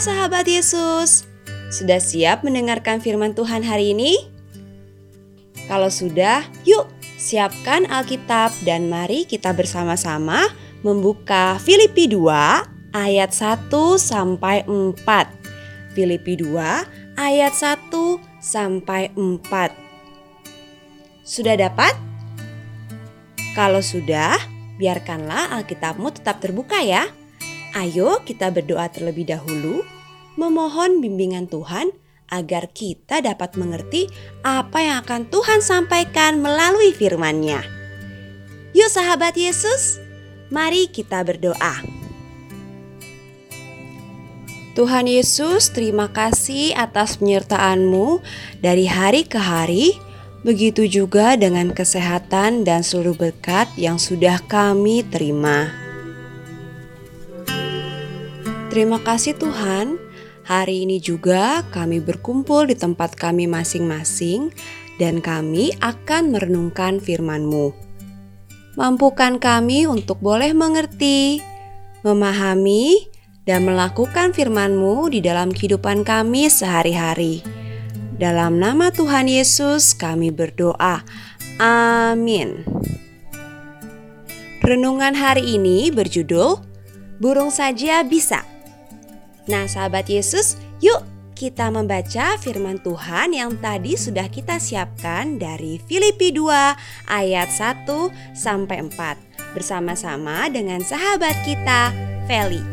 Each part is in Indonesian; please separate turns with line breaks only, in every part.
Hai sahabat Yesus, sudah siap mendengarkan firman Tuhan hari ini? Kalau sudah, yuk siapkan Alkitab dan mari kita bersama-sama membuka Filipi 2 ayat 1 sampai 4. Filipi 2 ayat 1 sampai 4. Sudah dapat? Kalau sudah, biarkanlah Alkitabmu tetap terbuka ya. Ayo kita berdoa terlebih dahulu, memohon bimbingan Tuhan agar kita dapat mengerti apa yang akan Tuhan sampaikan melalui firman-Nya. Yuk sahabat Yesus, mari kita berdoa. Tuhan Yesus, terima kasih atas penyertaan-Mu dari hari ke hari, begitu juga dengan kesehatan dan seluruh berkat yang sudah kami terima. Terima kasih Tuhan, hari ini juga kami berkumpul di tempat kami masing-masing dan kami akan merenungkan firman-Mu. Mampukan kami untuk boleh mengerti, memahami, dan melakukan firman-Mu di dalam kehidupan kami sehari-hari. Dalam nama Tuhan Yesus kami berdoa. Amin. Renungan hari ini berjudul Burung Saja Bisa. Nah sahabat Yesus, yuk kita membaca firman Tuhan yang tadi sudah kita siapkan dari Filipi 2 ayat 1 sampai 4 bersama-sama dengan sahabat kita, Feli.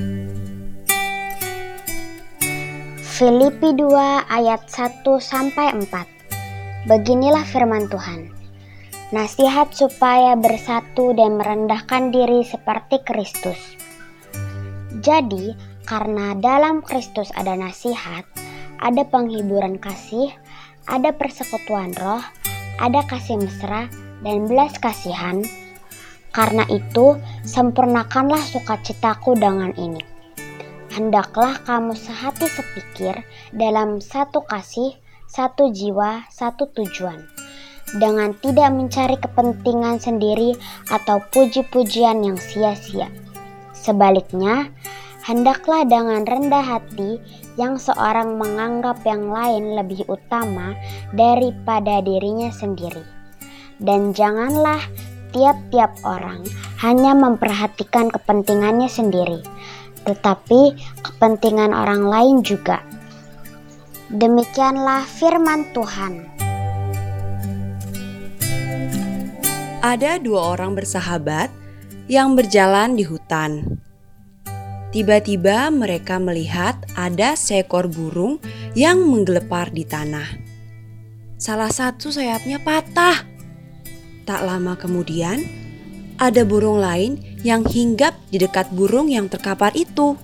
Filipi 2 ayat 1 sampai 4. Beginilah firman Tuhan. Nasihat supaya bersatu dan merendahkan diri seperti Kristus. Jadi, karena dalam Kristus ada nasihat, ada penghiburan kasih, ada persekutuan roh, ada kasih mesra dan belas kasihan. Karena itu, sempurnakanlah sukacitaku dengan ini. Hendaklah kamu sehati sepikir dalam satu kasih, satu jiwa, satu tujuan. Dengan tidak mencari kepentingan sendiri atau puji-pujian yang sia-sia. Sebaliknya, hendaklah dengan rendah hati yang seorang menganggap yang lain lebih utama daripada dirinya sendiri. Dan janganlah tiap-tiap orang hanya memperhatikan kepentingannya sendiri, tetapi kepentingan orang lain juga. Demikianlah firman Tuhan.
Ada dua orang bersahabat yang berjalan di hutan. Tiba-tiba mereka melihat ada seekor burung yang menggelepar di tanah. Salah satu sayapnya patah. Tak lama kemudian, ada burung lain yang hinggap di dekat burung yang terkapar itu.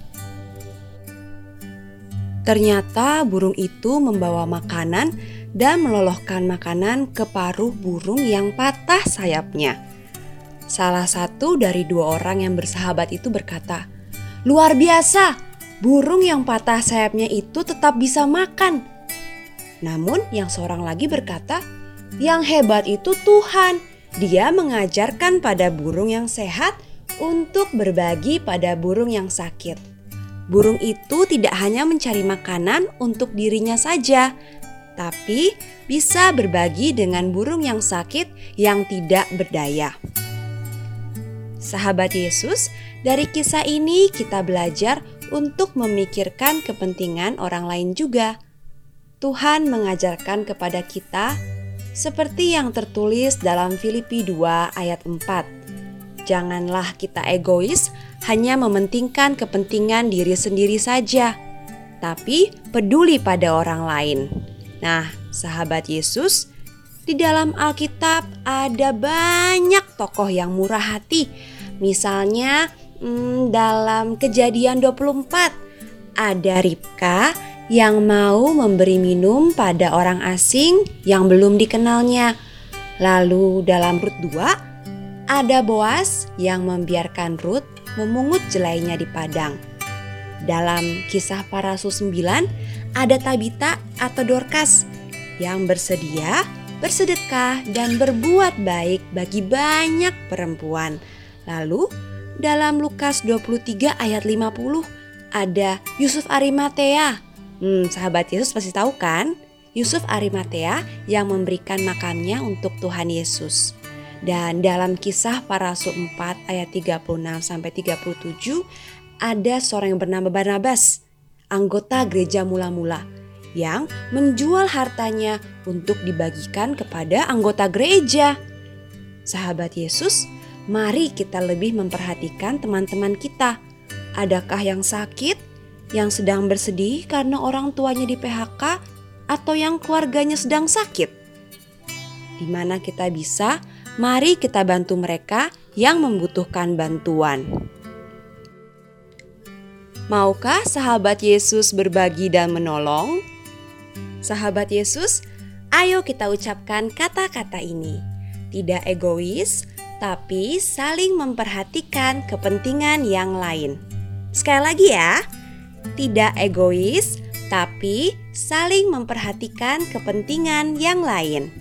Ternyata burung itu membawa makanan dan meloloskan makanan ke paruh burung yang patah sayapnya. Salah satu dari dua orang yang bersahabat itu berkata, "Luar biasa, burung yang patah sayapnya itu tetap bisa makan." Namun yang seorang lagi berkata, "Yang hebat itu Tuhan. Dia mengajarkan pada burung yang sehat untuk berbagi pada burung yang sakit." Burung itu tidak hanya mencari makanan untuk dirinya saja, tapi bisa berbagi dengan burung yang sakit yang tidak berdaya. Sahabat Yesus, dari kisah ini kita belajar untuk memikirkan kepentingan orang lain juga. Tuhan mengajarkan kepada kita seperti yang tertulis dalam Filipi 2 ayat 4. Janganlah kita egois, hanya mementingkan kepentingan diri sendiri saja, tapi peduli pada orang lain. Nah, sahabat Yesus, di dalam Alkitab ada banyak tokoh yang murah hati. Misalnya dalam Kejadian 24 ada Ribka yang mau memberi minum pada orang asing yang belum dikenalnya. Lalu dalam Rut 2 ada Boas yang membiarkan Rut memungut jelainya di padang. Dalam Kisah Para Rasul 9 ada Tabita atau Dorcas yang bersedia bersedekah dan berbuat baik bagi banyak perempuan. Lalu dalam Lukas 23 ayat 50 ada Yusuf Arimatea. Sahabat Yesus pasti tahu kan? Yusuf Arimatea yang memberikan makamnya untuk Tuhan Yesus. Dan dalam Kisah Para Rasul 4 ayat 36-37 ada seorang yang bernama Barnabas, anggota gereja mula-mula, yang menjual hartanya untuk dibagikan kepada anggota gereja. Sahabat Yesus, mari kita lebih memperhatikan teman-teman kita. Adakah yang sakit, yang sedang bersedih karena orang tuanya di PHK, atau yang keluarganya sedang sakit? Di mana kita bisa, mari kita bantu mereka yang membutuhkan bantuan. Maukah sahabat Yesus berbagi dan menolong? Sahabat Yesus, ayo kita ucapkan kata-kata ini. Tidak egois, tapi saling memperhatikan kepentingan yang lain. Sekali lagi ya, tidak egois, tapi saling memperhatikan kepentingan yang lain.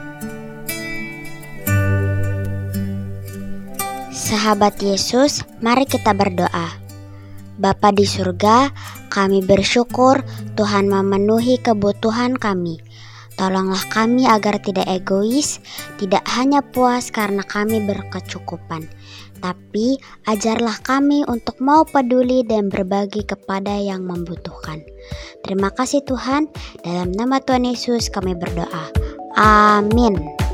Sahabat Yesus, mari kita berdoa. Bapa di surga, kami bersyukur Tuhan memenuhi kebutuhan kami. Tolonglah kami agar tidak egois, tidak hanya puas karena kami berkecukupan, tapi ajarlah kami untuk mau peduli dan berbagi kepada yang membutuhkan. Terima kasih Tuhan, dalam nama Tuhan Yesus kami berdoa. Amin.